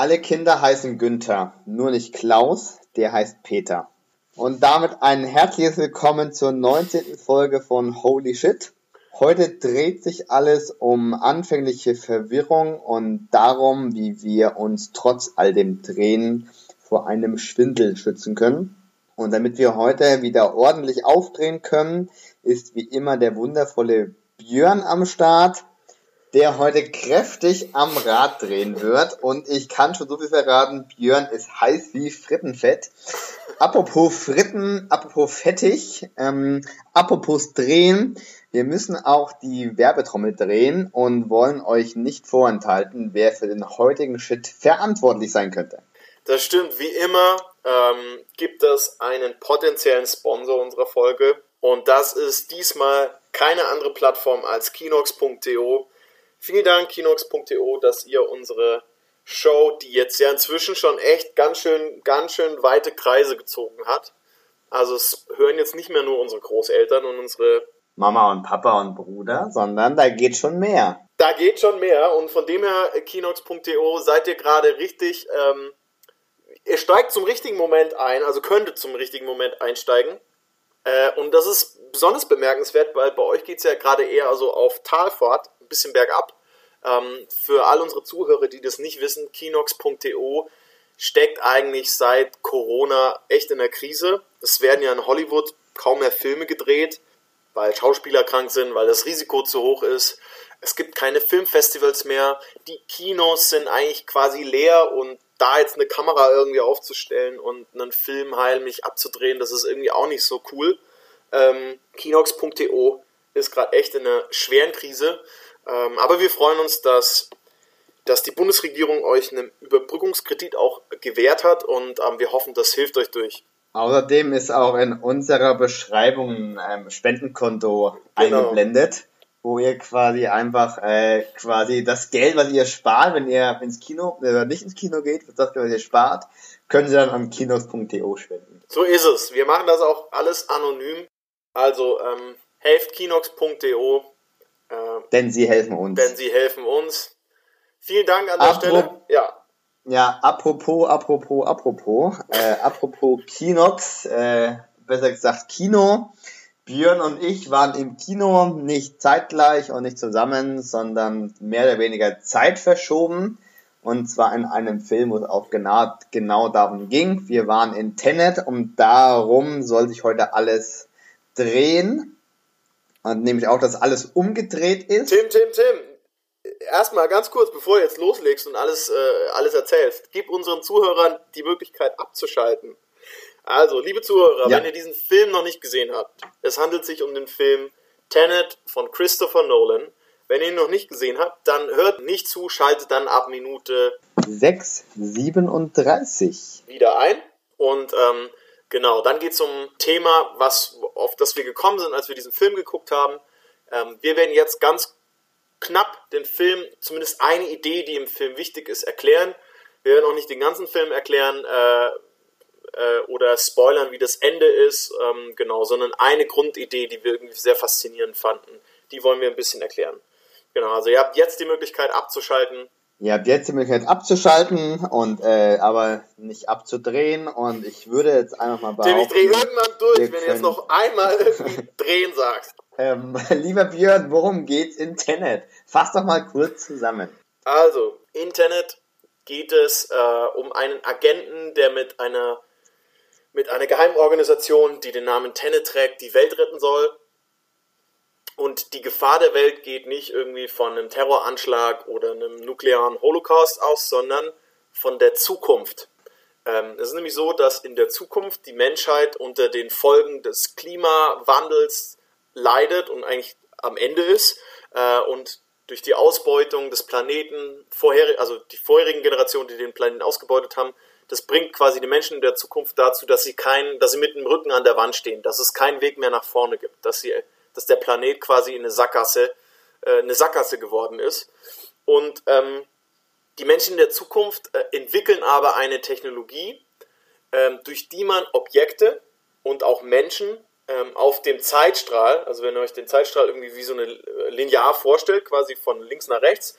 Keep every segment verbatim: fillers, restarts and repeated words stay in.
Alle Kinder heißen Günther, nur nicht Klaus, der heißt Peter. Und damit ein herzliches Willkommen zur neunzehnten Folge von Holy Shit. Heute dreht sich alles um anfängliche Verwirrung und darum, wie wir uns trotz all dem Drehen vor einem Schwindel schützen können. Und damit wir heute wieder ordentlich aufdrehen können, ist wie immer der wundervolle Björn am Start, der heute kräftig am Rad drehen wird. Und ich kann schon so viel verraten, Björn ist heiß wie Frittenfett. Apropos Fritten, apropos fettig, ähm, apropos drehen, wir müssen auch die Werbetrommel drehen und wollen euch nicht vorenthalten, wer für den heutigen Shit verantwortlich sein könnte. Das stimmt, wie immer ähm, gibt es einen potenziellen Sponsor unserer Folge und das ist diesmal keine andere Plattform als Kinox punkt to. Vielen Dank, Kinox punkt to, dass ihr unsere Show, die jetzt ja inzwischen schon echt ganz schön, ganz schön weite Kreise gezogen hat. Also es hören jetzt nicht mehr nur unsere Großeltern und unsere Mama und Papa und Bruder, sondern da geht schon mehr. Da geht schon mehr und von dem her, Kinox punkt to, seid ihr gerade richtig, ähm, ihr steigt zum richtigen Moment ein, also könntet zum richtigen Moment einsteigen. Äh, und das ist besonders bemerkenswert, weil bei euch geht es ja gerade eher so auf Talfahrt, ein bisschen bergab. Ähm, für all unsere Zuhörer, die das nicht wissen, Kinox punkt to steckt eigentlich seit Corona echt in der Krise. Es werden ja in Hollywood kaum mehr Filme gedreht, weil Schauspieler krank sind, weil das Risiko zu hoch ist. Es gibt keine Filmfestivals mehr. Die Kinos sind eigentlich quasi leer und da jetzt eine Kamera irgendwie aufzustellen und einen Film heimlich abzudrehen, das ist irgendwie auch nicht so cool. Ähm, Kinox punkt to ist gerade echt in einer schweren Krise. Ähm, aber wir freuen uns, dass, dass die Bundesregierung euch einen Überbrückungskredit auch gewährt hat und ähm, wir hoffen, das hilft euch durch. Außerdem ist auch in unserer Beschreibung ein Spendenkonto Genau. eingeblendet, wo ihr quasi einfach äh, quasi das Geld, was ihr spart, wenn ihr ins Kino oder äh, nicht ins Kino geht, das Geld, was ihr spart, könnt ihr dann an Kinox punkt to spenden. So ist es. Wir machen das auch alles anonym. Also ähm, helft Kinox punkt to. Äh, denn sie helfen uns. Denn sie helfen uns. Vielen Dank an der Apro- Stelle. Ja. Ja, apropos, apropos, apropos, äh, apropos Kinox, äh, besser gesagt Kino. Björn und ich waren im Kino nicht zeitgleich und nicht zusammen, sondern mehr oder weniger zeitverschoben. Und zwar in einem Film, wo es auch genau, genau darum ging. Wir waren in Tenet und darum soll sich heute alles drehen. Und nämlich auch, dass alles umgedreht ist. Tim, Tim, Tim. Erstmal ganz kurz, bevor du jetzt loslegst und alles, äh, alles erzählst, gib unseren Zuhörern die Möglichkeit abzuschalten. Also, liebe Zuhörer, Ja. wenn ihr diesen Film noch nicht gesehen habt, es handelt sich um den Film Tenet von Christopher Nolan. Wenn ihr ihn noch nicht gesehen habt, dann hört nicht zu, schaltet dann ab Minute sechs siebenunddreißig wieder ein. Und ähm, genau, dann geht es um ein Thema, was, auf das wir gekommen sind, als wir diesen Film geguckt haben. Ähm, wir werden jetzt ganz knapp den Film, zumindest eine Idee, die im Film wichtig ist, erklären. Wir werden auch nicht den ganzen Film erklären äh, äh, oder spoilern, wie das Ende ist, ähm, genau, sondern eine Grundidee, die wir irgendwie sehr faszinierend fanden, die wollen wir ein bisschen erklären. Genau, also ihr habt jetzt die Möglichkeit abzuschalten. Ihr habt jetzt die Möglichkeit abzuschalten und äh, aber nicht abzudrehen und ich würde jetzt einfach mal behaupten... Tim, ich drehe irgendwann durch, wenn können, du jetzt noch einmal irgendwie drehen sagst. Ähm, lieber Björn, worum geht's in Tenet? Fass doch mal kurz zusammen. Also, in Tenet geht es äh, um einen Agenten, der mit einer, mit einer Geheimorganisation, die den Namen Tenet trägt, die Welt retten soll. Und die Gefahr der Welt geht nicht irgendwie von einem Terroranschlag oder einem nuklearen Holocaust aus, sondern von der Zukunft. Ähm, es ist nämlich so, dass in der Zukunft die Menschheit unter den Folgen des Klimawandels leidet und eigentlich am Ende ist äh, und durch die Ausbeutung des Planeten, vorher, also die vorherigen Generationen, die den Planeten ausgebeutet haben, das bringt quasi die Menschen in der Zukunft dazu, dass sie kein, dass sie mit dem Rücken an der Wand stehen, dass es keinen Weg mehr nach vorne gibt, dass sie, dass der Planet quasi in eine Sackgasse, äh, eine Sackgasse geworden ist. Und ähm, die Menschen in der Zukunft äh, entwickeln aber eine Technologie, ähm, durch die man Objekte und auch Menschen ähm, auf dem Zeitstrahl, also wenn ihr euch den Zeitstrahl irgendwie wie so eine Linear vorstellt, quasi von links nach rechts,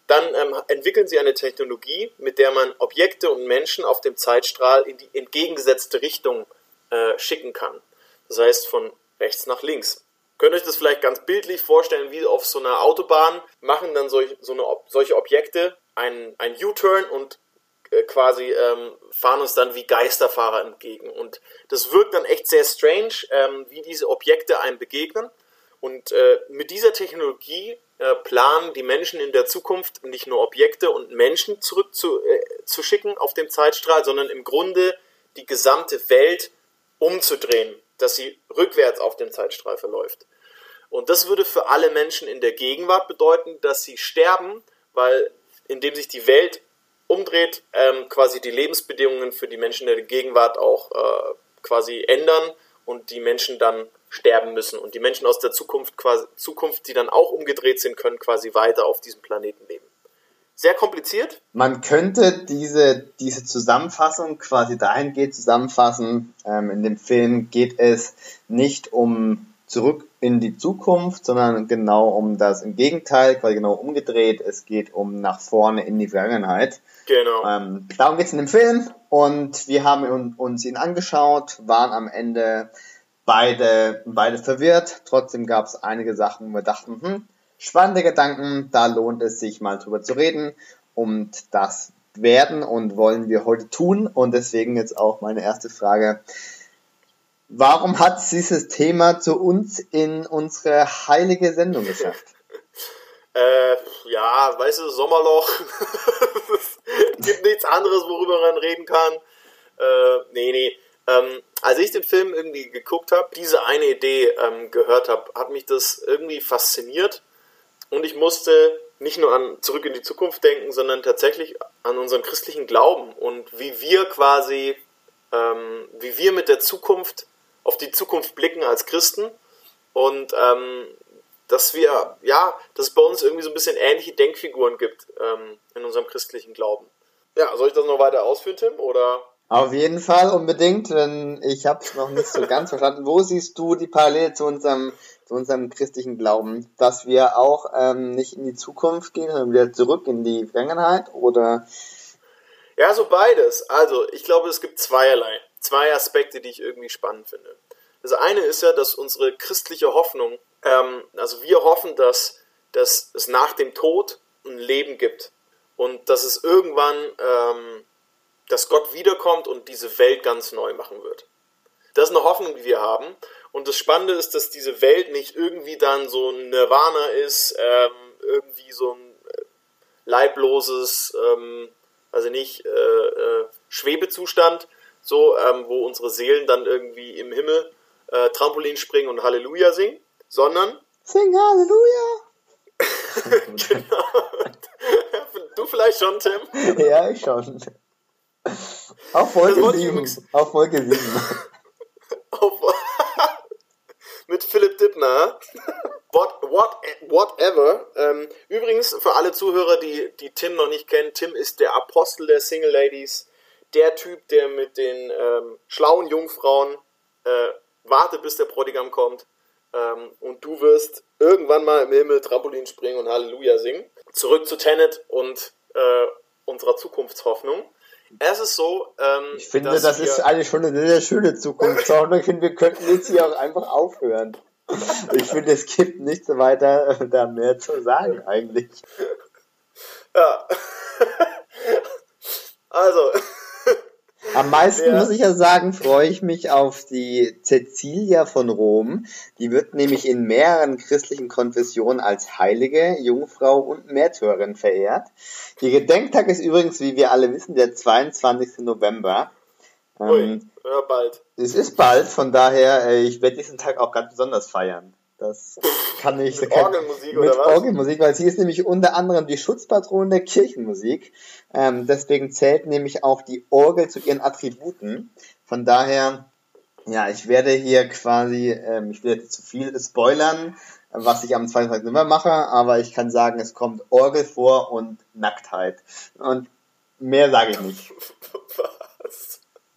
dann ähm, entwickeln sie eine Technologie, mit der man Objekte und Menschen auf dem Zeitstrahl in die entgegengesetzte Richtung äh, schicken kann. Das heißt von rechts nach links. Könnt ihr euch das vielleicht ganz bildlich vorstellen, wie auf so einer Autobahn machen dann solch, so eine, solche Objekte einen, einen U-Turn und äh, quasi ähm, fahren uns dann wie Geisterfahrer entgegen. Und das wirkt dann echt sehr strange, ähm, wie diese Objekte einem begegnen. Und äh, mit dieser Technologie äh, planen die Menschen in der Zukunft nicht nur Objekte und Menschen zurück zu, äh, zu schicken auf dem Zeitstrahl, sondern im Grunde die gesamte Welt umzudrehen, dass sie rückwärts auf dem Zeitstrahl verläuft. Und das würde für alle Menschen in der Gegenwart bedeuten, dass sie sterben, weil indem sich die Welt umdreht, ähm, quasi die Lebensbedingungen für die Menschen in der Gegenwart auch äh, quasi ändern und die Menschen dann sterben müssen. Und die Menschen aus der Zukunft, quasi, Zukunft, die dann auch umgedreht sind, können quasi weiter auf diesem Planeten leben. Sehr kompliziert. Man könnte diese, diese Zusammenfassung quasi dahingehend zusammenfassen. Ähm, in dem Film geht es nicht um zurück in die Zukunft, sondern genau um das im Gegenteil, quasi genau umgedreht. Es geht um nach vorne in die Vergangenheit. Genau. Ähm, darum geht es in dem Film und wir haben uns ihn angeschaut, waren am Ende beide, beide verwirrt. Trotzdem gab es einige Sachen, wo wir dachten, hm, spannende Gedanken, da lohnt es sich mal drüber zu reden und das werden und wollen wir heute tun und deswegen jetzt auch meine erste Frage. Warum hat dieses Thema zu uns in unsere heilige Sendung geschafft? äh, ja, weißt du, Sommerloch, es gibt nichts anderes, worüber man reden kann. Äh, nee, nee. Ähm, als ich den Film irgendwie geguckt habe, diese eine Idee ähm, gehört habe, hat mich das irgendwie fasziniert. Und ich musste nicht nur an Zurück in die Zukunft denken, sondern tatsächlich an unseren christlichen Glauben und wie wir quasi, ähm, wie wir mit der Zukunft, auf die Zukunft blicken als Christen und ähm, dass wir, ja, dass es bei uns irgendwie so ein bisschen ähnliche Denkfiguren gibt ähm, in unserem christlichen Glauben. Ja, soll ich das noch weiter ausführen, Tim, oder? Auf jeden Fall, unbedingt, denn ich habe es noch nicht so ganz verstanden. Wo siehst du die Parallele zu unserem zu unserem christlichen Glauben, dass wir auch ähm, nicht in die Zukunft gehen, sondern wieder zurück in die Vergangenheit, oder? Ja, so beides. Also, ich glaube, es gibt zweierlei, zwei Aspekte, die ich irgendwie spannend finde. Das eine ist ja, dass unsere christliche Hoffnung, ähm, also wir hoffen, dass, dass es nach dem Tod ein Leben gibt und dass es irgendwann, ähm, dass Gott wiederkommt und diese Welt ganz neu machen wird. Das ist eine Hoffnung, die wir haben. Und das Spannende ist, dass diese Welt nicht irgendwie dann so ein Nirvana ist, ähm, irgendwie so ein leibloses, ähm, also nicht, äh, äh, Schwebezustand, so, ähm, wo unsere Seelen dann irgendwie im Himmel äh, Trampolin springen und Halleluja singen, sondern Sing Halleluja! Genau. Du vielleicht schon, Tim? Ja, ich schon. Auf Folge sieben. Auf Folge sieben. Auf mit Philipp Dittner. What, what, whatever. Ähm, übrigens, für alle Zuhörer, die, die Tim noch nicht kennen, Tim ist der Apostel der Single Ladies. Der Typ, der mit den ähm, schlauen Jungfrauen äh, wartet, bis der Bräutigam kommt. Ähm, und du wirst irgendwann mal im Himmel Trampolin springen und Halleluja singen. Zurück zu Tenet und äh, unserer Zukunftshoffnung. Es ist so, ähm, ich finde, das ist eigentlich schon eine sehr schöne Zukunftshoffnung. Ich finde, wir könnten jetzt hier auch einfach aufhören. Ich finde, es gibt nichts weiter da mehr zu sagen eigentlich. Ja. Also. Am meisten, ja. muss ich ja sagen, freue ich mich auf die Cäcilia von Rom. Die wird nämlich in mehreren christlichen Konfessionen als heilige Jungfrau und Märtyrerin verehrt. Ihr Gedenktag ist übrigens, wie wir alle wissen, der zweiundzwanzigsten November. Ui, ähm, ja, bald. Es ist bald, von daher, äh, ich werde diesen Tag auch ganz besonders feiern. Das kann ich... Mit kann, Orgelmusik mit oder was? Orgelmusik, weil sie ist nämlich unter anderem die Schutzpatronin der Kirchenmusik. Ähm, deswegen zählt nämlich auch die Orgel zu ihren Attributen. Von daher, ja, ich werde hier quasi, ähm, ich will jetzt zu viel spoilern, was ich am zweiundzwanzigsten November mache, aber ich kann sagen, es kommt Orgel vor und Nacktheit. Und mehr sage ich nicht. Was?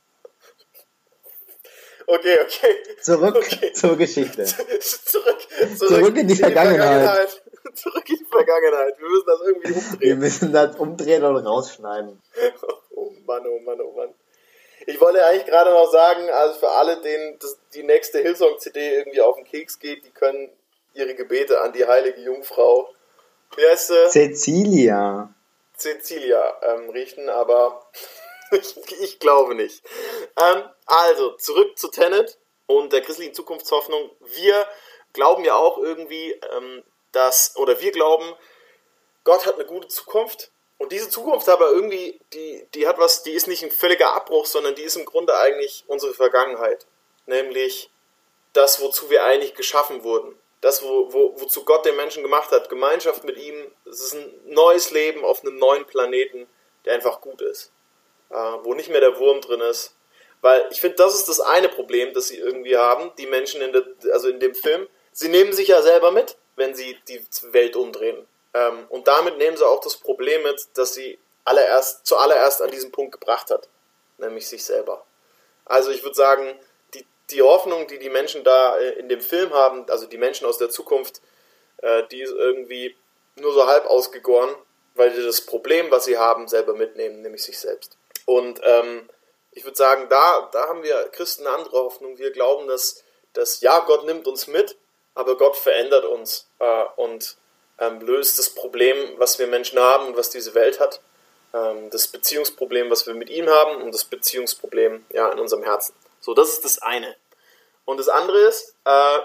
Okay, okay. Zurück okay. zur Geschichte. zurück, zurück, Zurück in die, in die Vergangenheit. Vergangenheit. Zurück in die Vergangenheit. Wir müssen das irgendwie umdrehen. Wir müssen das umdrehen und rausschneiden. Oh Mann, oh Mann, oh Mann. Ich wollte eigentlich gerade noch sagen, also für alle, denen das, die nächste Hillsong-C D irgendwie auf den Keks geht, die können ihre Gebete an die heilige Jungfrau, wie heißt sie? Cecilia. Cecilia ähm, richten, aber ich, ich glaube nicht. Ähm, also, zurück zu Tenet und der christlichen Zukunftshoffnung. Wir glauben ja auch irgendwie, ähm, dass, oder wir glauben, Gott hat eine gute Zukunft. Und diese Zukunft aber irgendwie, die, die hat was, die ist nicht ein völliger Abbruch, sondern die ist im Grunde eigentlich unsere Vergangenheit. Nämlich das, wozu wir eigentlich geschaffen wurden. Das, wo, wo, wozu Gott den Menschen gemacht hat. Gemeinschaft mit ihm. Es ist ein neues Leben auf einem neuen Planeten, der einfach gut ist. Äh, wo nicht mehr der Wurm drin ist. Weil ich finde, das ist das eine Problem, das sie irgendwie haben, die Menschen in der, also in dem Film. Sie nehmen sich ja selber mit, wenn sie die Welt umdrehen. Und damit nehmen sie auch das Problem mit, das sie allererst, zuallererst an diesen Punkt gebracht hat, nämlich sich selber. Also ich würde sagen, die, die Hoffnung, die die Menschen da in dem Film haben, also die Menschen aus der Zukunft, die ist irgendwie nur so halb ausgegoren, weil sie das Problem, was sie haben, selber mitnehmen, nämlich sich selbst. Und ähm, ich würde sagen, da, da haben wir Christen eine andere Hoffnung. Wir glauben, dass, dass ja, Gott nimmt uns mit, aber Gott verändert uns äh, und Ähm, löst das Problem, was wir Menschen haben und was diese Welt hat, ähm, das Beziehungsproblem, was wir mit ihm haben und das Beziehungsproblem ja, in unserem Herzen. So, das ist das eine. Und das andere ist, äh,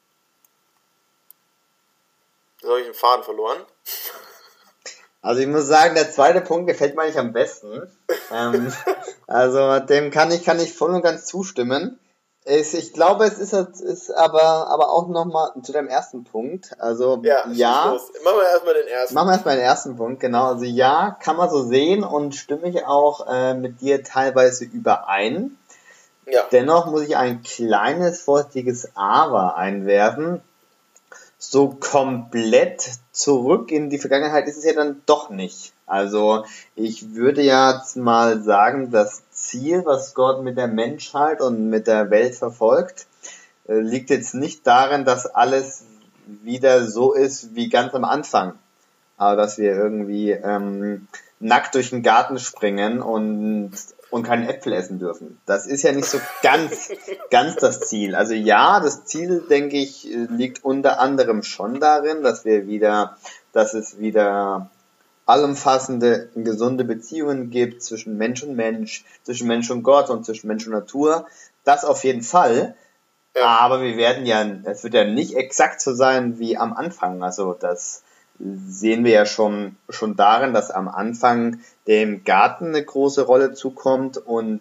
jetzt habe ich den Faden verloren. Also ich muss sagen, der zweite Punkt gefällt mir eigentlich am besten. ähm, also dem kann ich, kann ich voll und ganz zustimmen. Ich, ich glaube, es ist, ist aber, aber auch nochmal zu deinem ersten Punkt. Also ja, ja. Machen wir erstmal den ersten. Machen wir erstmal den ersten Punkt, genau. Also ja, kann man so sehen und stimme ich auch äh, mit dir teilweise überein. Ja. Dennoch muss ich ein kleines, vorsichtiges Aber einwerfen. So komplett zurück in die Vergangenheit ist es ja dann doch nicht. Also ich würde jetzt mal sagen, das Ziel, was Gott mit der Menschheit und mit der Welt verfolgt, liegt jetzt nicht darin, dass alles wieder so ist wie ganz am Anfang. Aber dass wir irgendwie ähm, nackt durch den Garten springen und, und keinen Äpfel essen dürfen. Das ist ja nicht so ganz, ganz das Ziel. Also ja, das Ziel, denke ich, liegt unter anderem schon darin, dass wir wieder, dass es wieder allumfassende, gesunde Beziehungen gibt zwischen Mensch und Mensch, zwischen Mensch und Gott und zwischen Mensch und Natur. Das auf jeden Fall. Ja. Aber wir werden ja, es wird ja nicht exakt so sein wie am Anfang. Also das sehen wir ja schon, schon darin, dass am Anfang dem Garten eine große Rolle zukommt und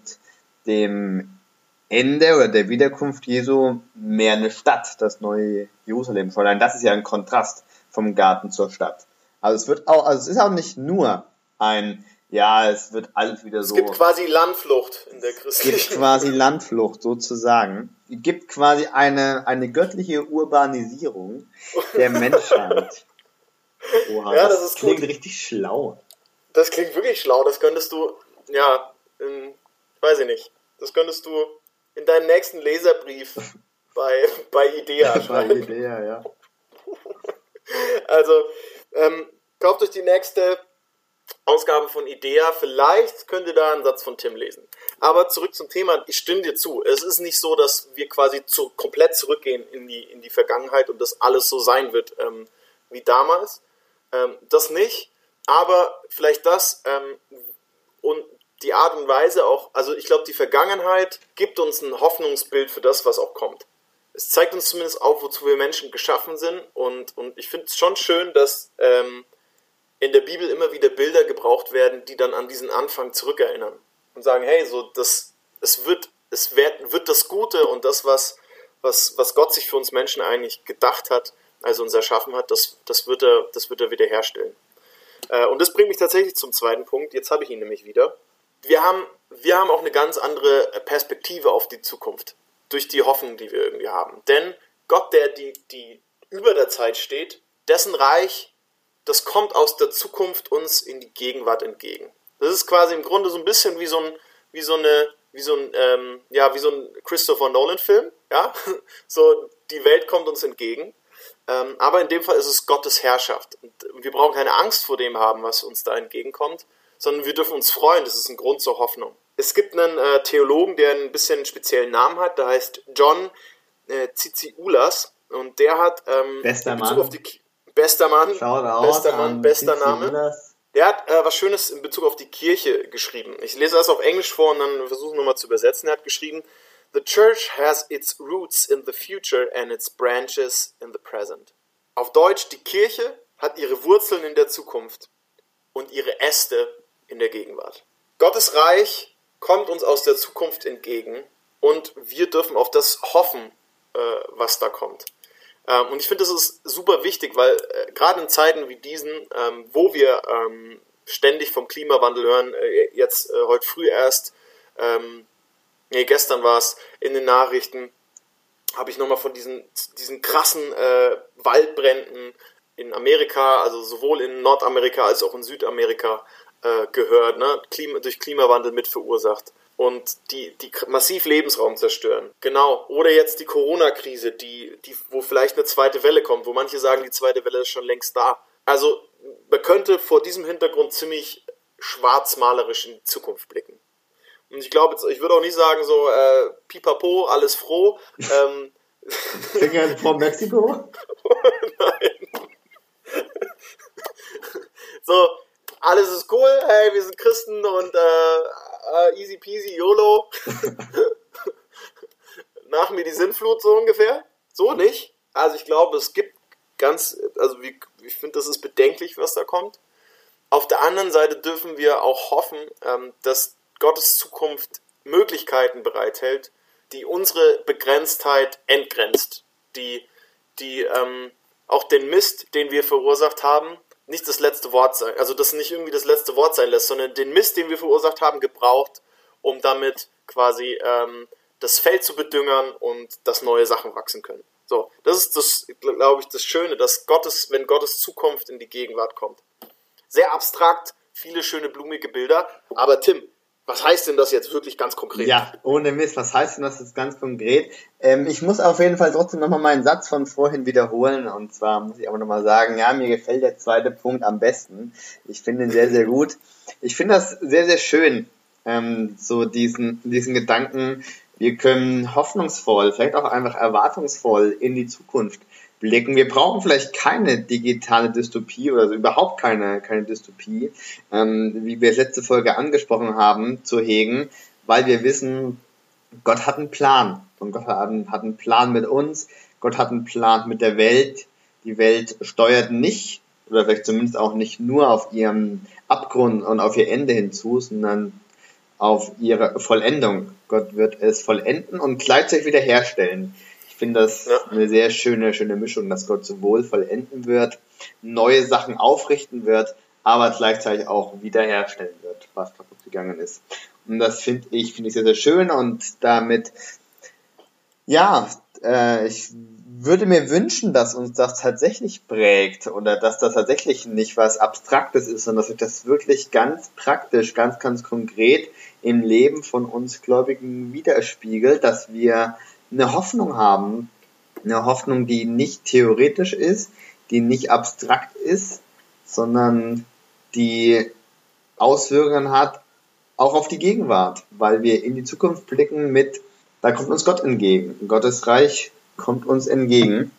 dem Ende oder der Wiederkunft Jesu mehr eine Stadt, das neue Jerusalem. Vor allem das ist ja ein Kontrast vom Garten zur Stadt. Also es wird auch, also es ist auch nicht nur ein, ja, es wird alles wieder so. Es gibt quasi Landflucht in der christlichen. Es gibt quasi Landflucht sozusagen. Es gibt quasi eine, eine göttliche Urbanisierung der Menschheit. Oha, ja, das, das ist klingt gut. richtig schlau. Das klingt wirklich schlau. Das könntest du, ja, in, weiß ich nicht, das könntest du in deinen nächsten Leserbrief bei, bei Idea schreiben. Bei Idea, ja. Also, ähm, kauft euch die nächste Ausgabe von Idea. Vielleicht könnt ihr da einen Satz von Tim lesen. Aber zurück zum Thema. Ich stimme dir zu. Es ist nicht so, dass wir quasi zu, komplett zurückgehen in die, in die Vergangenheit und das alles so sein wird ähm, wie damals. Ähm, das nicht. Aber vielleicht das ähm, und die Art und Weise auch. Also ich glaube, die Vergangenheit gibt uns ein Hoffnungsbild für das, was auch kommt. Es zeigt uns zumindest auf, wozu wir Menschen geschaffen sind. Und, und ich finde es schon schön, dass ähm, in der Bibel immer wieder Bilder gebraucht werden, die dann an diesen Anfang zurückerinnern. Und sagen, hey, so das, es wird, es wird, wird das Gute und das, was, was, was Gott sich für uns Menschen eigentlich gedacht hat, also uns erschaffen hat, das, das, wird, er, das wird er wiederherstellen. Äh, und das bringt mich tatsächlich zum zweiten Punkt. Jetzt habe ich ihn nämlich wieder. Wir haben, wir haben auch eine ganz andere Perspektive auf die Zukunft. Durch die Hoffnung, die wir irgendwie haben. Denn Gott, der die, die über der Zeit steht, dessen Reich, das kommt aus der Zukunft uns in die Gegenwart entgegen. Das ist quasi im Grunde so ein bisschen wie so ein, wie so eine, wie so ein, ähm, ja, wie so ein Christopher Nolan-Film, ja, so die Welt kommt uns entgegen Ähm, aber in dem Fall ist es Gottes Herrschaft. Und wir brauchen keine Angst vor dem haben, was uns da entgegenkommt, sondern wir dürfen uns freuen. Das ist ein Grund zur Hoffnung. Es gibt einen äh, Theologen, der ein bisschen einen speziellen Namen hat, der heißt John äh, Tsitsioulas. Und der hat ähm, bester in Bezug Mann. auf die Ki- bester Mann, Shoutout bester Mann, an bester Tsitsioulas. Name. Der hat äh, was Schönes in Bezug auf die Kirche geschrieben. Ich lese das auf Englisch vor und dann versuche ich nochmal zu übersetzen. Er hat geschrieben: The church has its roots in the future and its branches in the present. Auf Deutsch, die Kirche hat ihre Wurzeln in der Zukunft und ihre Äste in der Gegenwart. Gottes Reich kommt uns aus der Zukunft entgegen und wir dürfen auf das hoffen, äh, was da kommt. Ähm, und ich finde, das ist super wichtig, weil äh, gerade in Zeiten wie diesen, ähm, wo wir ähm, ständig vom Klimawandel hören, äh, jetzt äh, heute früh erst, ähm, nee, gestern war es in den Nachrichten, habe ich nochmal von diesen, diesen krassen äh, Waldbränden in Amerika, also sowohl in Nordamerika als auch in Südamerika äh, gehört, ne? Klima, durch Klimawandel mit verursacht und die, die massiv Lebensraum zerstören. Genau. Oder jetzt die Corona-Krise, die, die, wo vielleicht eine zweite Welle kommt, wo manche sagen, die zweite Welle ist schon längst da. Also man könnte vor diesem Hintergrund ziemlich schwarzmalerisch in die Zukunft blicken. Und ich glaube, ich würde auch nicht sagen so, äh, pipapo, alles froh. Ähm, Finger von Mexiko? Nein. So, alles ist cool, hey, wir sind Christen und äh, easy peasy, YOLO. Nach mir die Sintflut so ungefähr. So nicht. Also ich glaube, es gibt ganz, also wie, ich finde, das ist bedenklich, was da kommt. Auf der anderen Seite dürfen wir auch hoffen, ähm, dass Gottes Zukunft Möglichkeiten bereithält, die unsere Begrenztheit entgrenzt, die, die ähm, auch den Mist, den wir verursacht haben, nicht das letzte Wort sein, also das nicht irgendwie das letzte Wort sein lässt, sondern den Mist, den wir verursacht haben, gebraucht, um damit quasi ähm, das Feld zu bedüngern und dass neue Sachen wachsen können. So, das ist das, glaube ich, das Schöne, dass Gottes, wenn Gottes Zukunft in die Gegenwart kommt. Sehr abstrakt, viele schöne blumige Bilder, aber Tim, was heißt denn das jetzt wirklich ganz konkret? Ja, ohne Mist, was heißt denn das jetzt ganz konkret? Ähm, ich muss auf jeden Fall trotzdem nochmal meinen Satz von vorhin wiederholen. Und zwar muss ich aber nochmal sagen, ja, mir gefällt der zweite Punkt am besten. Ich finde ihn sehr, sehr gut. Ich finde das sehr, sehr schön, ähm, so diesen, diesen Gedanken, wir können hoffnungsvoll, vielleicht auch einfach erwartungsvoll in die Zukunft blicken. Wir brauchen vielleicht keine digitale Dystopie oder so, überhaupt keine, keine Dystopie, ähm, wie wir es letzte Folge angesprochen haben, zu hegen, weil wir wissen, Gott hat einen Plan. Und Gott hat einen, hat einen Plan mit uns. Gott hat einen Plan mit der Welt. Die Welt steuert nicht, oder vielleicht zumindest auch nicht nur auf ihrem Abgrund und auf ihr Ende hinzu, sondern auf ihre Vollendung. Gott wird es vollenden und gleichzeitig wiederherstellen. Ich finde das ja. eine sehr schöne, schöne Mischung, dass Gott sowohl vollenden wird, neue Sachen aufrichten wird, aber gleichzeitig auch wiederherstellen wird, was kaputt gegangen ist. Und das finde ich, finde ich sehr, sehr schön und damit, ja, äh, ich würde mir wünschen, dass uns das tatsächlich prägt oder dass das tatsächlich nicht was Abstraktes ist, sondern dass sich das wirklich ganz praktisch, ganz, ganz konkret im Leben von uns Gläubigen widerspiegelt, dass wir eine Hoffnung haben, eine Hoffnung, die nicht theoretisch ist, die nicht abstrakt ist, sondern die Auswirkungen hat auch auf die Gegenwart, weil wir in die Zukunft blicken mit, da kommt uns Gott entgegen. Gottes Reich kommt uns entgegen.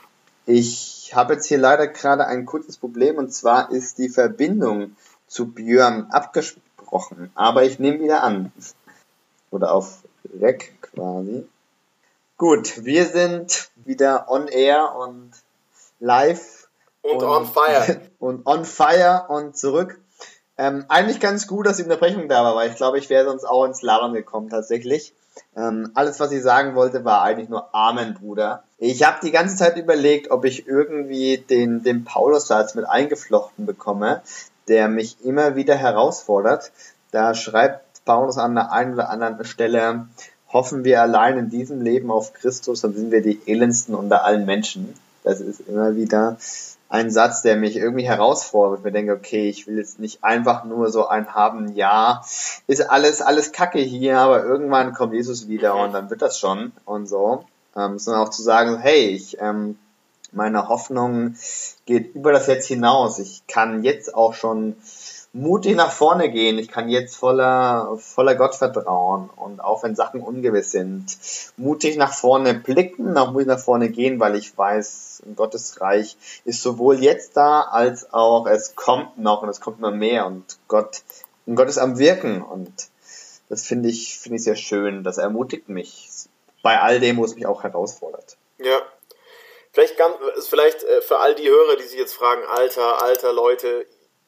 Ich habe jetzt hier leider gerade ein kurzes Problem und zwar ist die Verbindung zu Björn abgesprochen, aber ich nehme wieder an. Oder auf Rec quasi. Gut, wir sind wieder on air und live. Und, und on fire. Und on fire und zurück. Ähm, eigentlich ganz gut, dass die Unterbrechung da war, weil ich glaube, ich wäre sonst auch ins Labern gekommen tatsächlich. Ähm, alles, was ich sagen wollte, war eigentlich nur Amen, Bruder. Ich habe die ganze Zeit überlegt, ob ich irgendwie den, den Paulus-Satz mit eingeflochten bekomme, der mich immer wieder herausfordert. Da schreibt Paulus an der einen oder anderen Stelle, hoffen wir allein in diesem Leben auf Christus, dann sind wir die elendsten unter allen Menschen. Das ist immer wieder ein Satz, der mich irgendwie herausfordert. Ich mir denke, okay, ich will jetzt nicht einfach nur so ein haben, ja, ist alles alles Kacke hier, aber irgendwann kommt Jesus wieder und dann wird das schon und so. Ähm, sondern auch zu sagen, hey, ich ähm, Meine Hoffnung geht über das Jetzt hinaus. Ich kann jetzt auch schon mutig nach vorne gehen. Ich kann jetzt voller, voller Gottvertrauen und auch wenn Sachen ungewiss sind, mutig nach vorne blicken, auch mutig nach vorne gehen, weil ich weiß, Gottes Reich ist sowohl jetzt da, als auch es kommt noch und es kommt noch mehr und Gott, und Gott ist am Wirken und das finde ich, finde ich sehr schön. Das ermutigt mich bei all dem, wo es mich auch herausfordert. Ja. Vielleicht, ganz, vielleicht für all die Hörer, die sich jetzt fragen, Alter, Alter, Leute,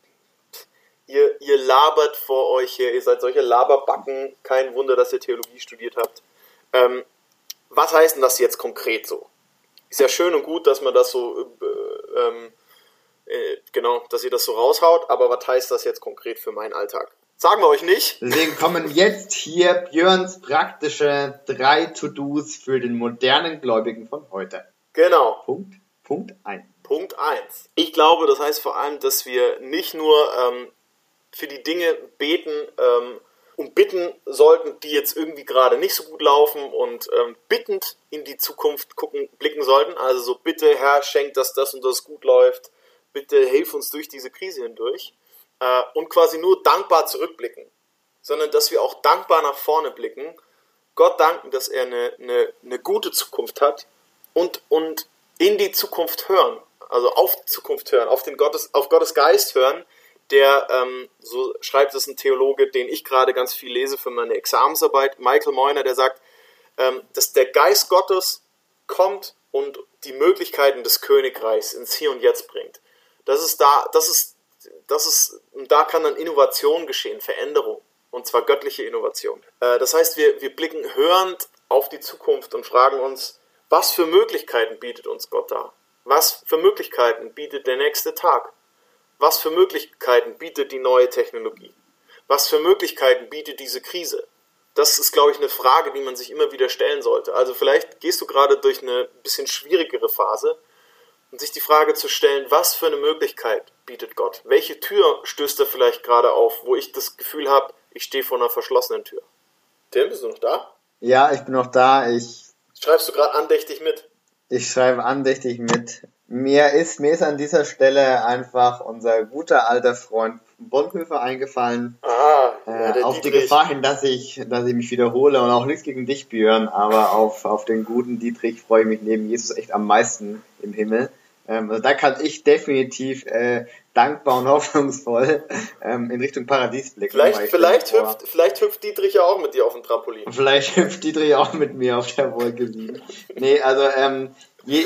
Ihr, ihr labert vor euch hier, ihr seid solche Laberbacken, kein Wunder, dass ihr Theologie studiert habt. Ähm, was heißt denn das jetzt konkret so? Ist ja schön und gut, dass man das so, äh, ähm, äh, genau, dass ihr das so raushaut, aber was heißt das jetzt konkret für meinen Alltag? Sagen wir euch nicht. Deswegen kommen jetzt hier Björns praktische drei To-Dos für den modernen Gläubigen von heute. Genau. Punkt, Punkt eins. Punkt eins. Ich glaube, das heißt vor allem, dass wir nicht nur ähm, für die Dinge beten ähm, und bitten sollten, die jetzt irgendwie gerade nicht so gut laufen und ähm, bittend in die Zukunft gucken, blicken sollten. Also so, bitte Herr, schenk, dass das und das gut läuft. Bitte hilf uns durch diese Krise hindurch. Äh, und quasi nur dankbar zurückblicken. Sondern dass wir auch dankbar nach vorne blicken. Gott danken, dass er eine, eine, eine gute Zukunft hat und, und in die Zukunft hören. Also auf die Zukunft hören, auf, den Gottes, auf Gottes Geist hören, der, ähm, so schreibt es ein Theologe, den ich gerade ganz viel lese für meine Examensarbeit, Michael Moyner, der sagt, ähm, dass der Geist Gottes kommt und die Möglichkeiten des Königreichs ins Hier und Jetzt bringt. Das ist da, das ist, das ist, und da kann dann Innovation geschehen, Veränderung, und zwar göttliche Innovation. Äh, das heißt, wir, wir blicken hörend auf die Zukunft und fragen uns, was für Möglichkeiten bietet uns Gott da? Was für Möglichkeiten bietet der nächste Tag? Was für Möglichkeiten bietet die neue Technologie? Was für Möglichkeiten bietet diese Krise? Das ist, glaube ich, eine Frage, die man sich immer wieder stellen sollte. Also vielleicht gehst du gerade durch eine bisschen schwierigere Phase und sich die Frage zu stellen, was für eine Möglichkeit bietet Gott? Welche Tür stößt er vielleicht gerade auf, wo ich das Gefühl habe, ich stehe vor einer verschlossenen Tür? Tim, bist du noch da? Ja, ich bin noch da. Ich Schreibst du gerade andächtig mit? Ich schreibe andächtig mit. Mir ist, mir ist an dieser Stelle einfach unser guter alter Freund Bonhoeffer eingefallen. Ah, äh, auf die Gefahr hin, dass ich, dass ich mich wiederhole und auch nichts gegen dich, Björn, aber auf, auf den guten Dietrich freue ich mich neben Jesus echt am meisten im Himmel. Ähm, also da kann ich definitiv äh, dankbar und hoffnungsvoll ähm, in Richtung Paradies blicken. Vielleicht, vielleicht, hüpft, vielleicht hüpft Dietrich ja auch mit dir auf dem Trampolin. Vielleicht hüpft Dietrich auch mit mir auf der Wolke sieben. Nee, also ähm, je,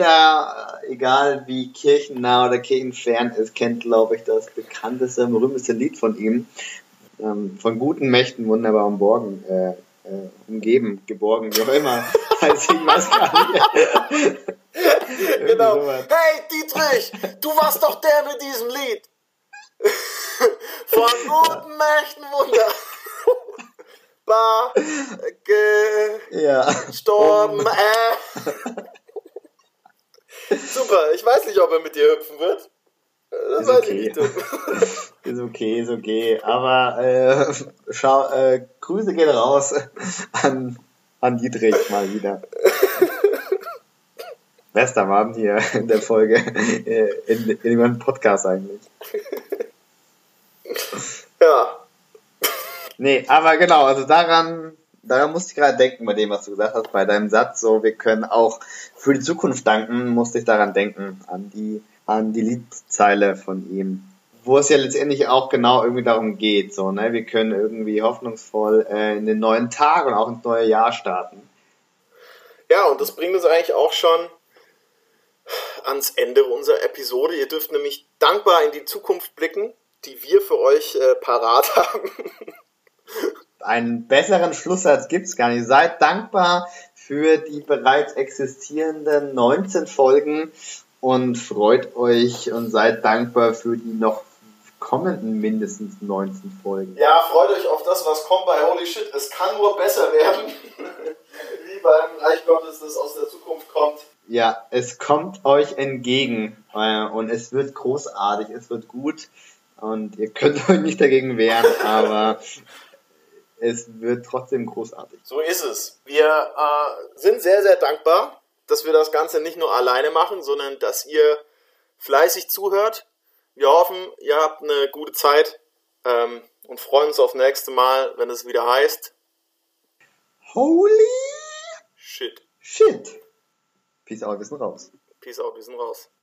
jeder, egal wie kirchennah oder kirchenfern ist, kennt, glaube ich, das bekannteste, berühmteste Lied von ihm. Ähm, von guten Mächten wunderbar umborgen, äh, äh, umgeben, geborgen, wie auch immer. Also ich weiß gar nicht. Genau. Sowas. Hey Dietrich, du warst doch der mit diesem Lied. Von guten Mächten Wunder. Bar gestorben. Ja. Äh. Super, ich weiß nicht, ob er mit dir hüpfen wird. Das ist weiß okay. ich nicht. Ist okay, ist okay. Aber äh, schau, äh, Grüße gehen raus an, an Dietrich mal wieder. Bester Abend hier in der Folge, äh, in, in dem Podcast eigentlich. Ja. Nee, aber genau, also daran, daran musste ich gerade denken bei dem, was du gesagt hast, bei deinem Satz, so, wir können auch für die Zukunft danken, musste ich daran denken, an die, an die Liedzeile von ihm. Wo es ja letztendlich auch genau irgendwie darum geht, so, ne, wir können irgendwie hoffnungsvoll äh, in den neuen Tag und auch ins neue Jahr starten. Ja, und das bringt uns eigentlich auch schon ans Ende unserer Episode. Ihr dürft nämlich dankbar in die Zukunft blicken, die wir für euch äh, parat haben. Einen besseren Schlusssatz gibt's gar nicht. Seid dankbar für die bereits existierenden neunzehn Folgen und freut euch und seid dankbar für die noch kommenden mindestens neunzehn Folgen. Ja, freut euch auf das, was kommt bei Holy Shit. Es kann nur besser werden, wie beim Reich Gottes, das aus der Zukunft kommt. Ja, es kommt euch entgegen äh, und es wird großartig, es wird gut und ihr könnt euch nicht dagegen wehren, aber es wird trotzdem großartig. So ist es. Wir äh, sind sehr, sehr dankbar, dass wir das Ganze nicht nur alleine machen, sondern dass ihr fleißig zuhört. Wir hoffen, ihr habt eine gute Zeit ähm, und freuen uns auf nächste Mal, wenn es wieder heißt Holy Shit. Shit. Peace out, wir sind raus. Peace out, wir sind raus.